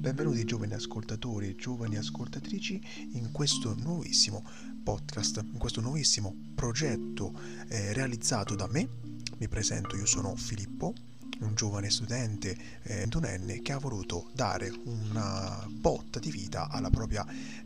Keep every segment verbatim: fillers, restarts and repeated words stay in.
benvenuti giovani ascoltatori e giovani ascoltatrici in questo nuovissimo podcast, in questo nuovissimo progetto eh, realizzato da me. Mi presento, io sono Filippo, un giovane studente eh, ventun che ha voluto dare una botta di vita alla propria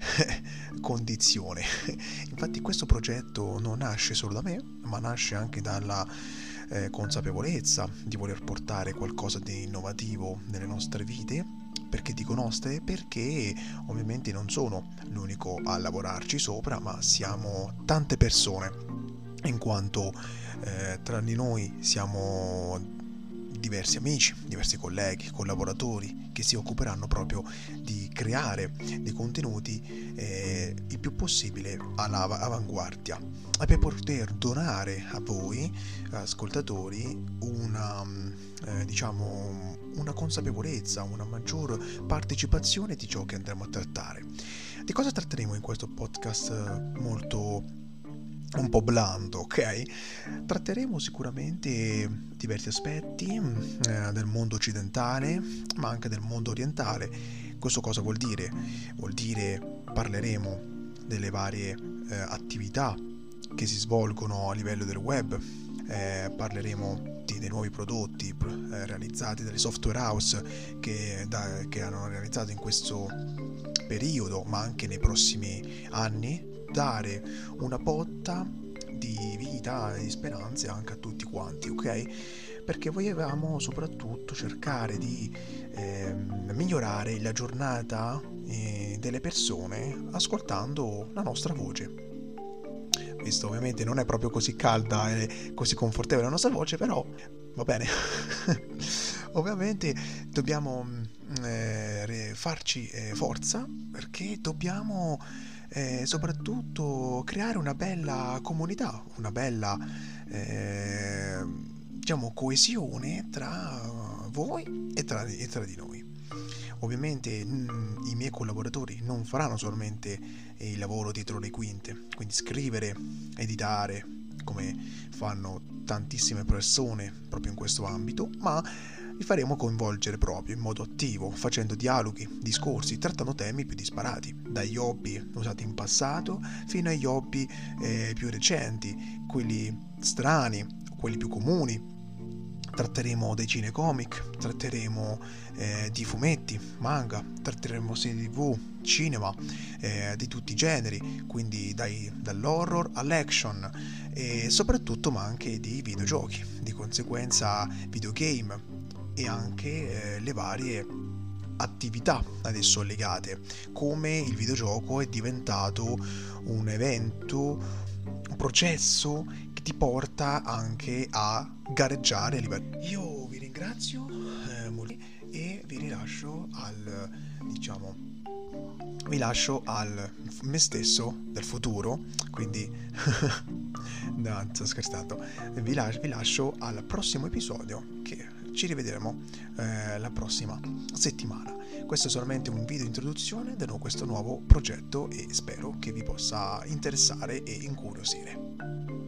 condizione. Infatti questo progetto non nasce solo da me, ma nasce anche dalla eh, consapevolezza di voler portare qualcosa di innovativo nelle nostre vite. Perché dico nostre? Perché ovviamente non sono l'unico a lavorarci sopra, ma siamo tante persone, in quanto eh, tra di noi siamo diversi amici, diversi colleghi, collaboratori che si occuperanno proprio di creare dei contenuti eh, il più possibile all'avanguardia e per poter donare a voi ascoltatori una eh, diciamo una consapevolezza, una maggior partecipazione di ciò che andremo a trattare. Di cosa tratteremo in questo podcast molto un po' blando, ok? Tratteremo sicuramente diversi aspetti eh, del mondo occidentale, ma anche del mondo orientale. Questo cosa vuol dire? Vuol dire parleremo delle varie eh, attività che si svolgono a livello del web, eh, parleremo di, dei nuovi prodotti eh, realizzati dalle software house che, da, che hanno realizzato in questo periodo, ma anche nei prossimi anni, dare una botta di vita e di speranze anche a tutti quanti, ok? Perché volevamo soprattutto cercare di eh, migliorare la giornata eh, delle persone ascoltando la nostra voce. Visto ovviamente non è proprio così calda e così confortevole la nostra voce, però va bene. Ovviamente dobbiamo eh, farci eh, forza, perché dobbiamo Eh, soprattutto creare una bella comunità, una bella eh, diciamo coesione tra voi e tra, e tra di noi. Ovviamente mh, i miei collaboratori non faranno solamente il lavoro dietro le quinte, quindi scrivere, editare, come fanno tantissime persone proprio in questo ambito, ma li faremo coinvolgere proprio in modo attivo, facendo dialoghi, discorsi, trattando temi più disparati, dagli hobby usati in passato fino agli hobby eh, più recenti, quelli strani, quelli più comuni. Tratteremo dei cinecomic, tratteremo eh, di fumetti, manga, tratteremo serie tv, cinema, eh, di tutti i generi, quindi dai, dall'horror all'action e soprattutto ma anche di videogiochi, di conseguenza videogame e anche eh, le varie attività adesso legate, come il videogioco è diventato un evento, un processo che ti porta anche a gareggiare a livello. Io vi ringrazio eh, e vi rilascio al diciamo vi lascio al me stesso del futuro, quindi no, sto scherzando, vi, las- vi lascio al prossimo episodio che ci rivedremo eh, la prossima settimana. Questo è solamente un video introduzione di questo nuovo progetto e spero che vi possa interessare e incuriosire.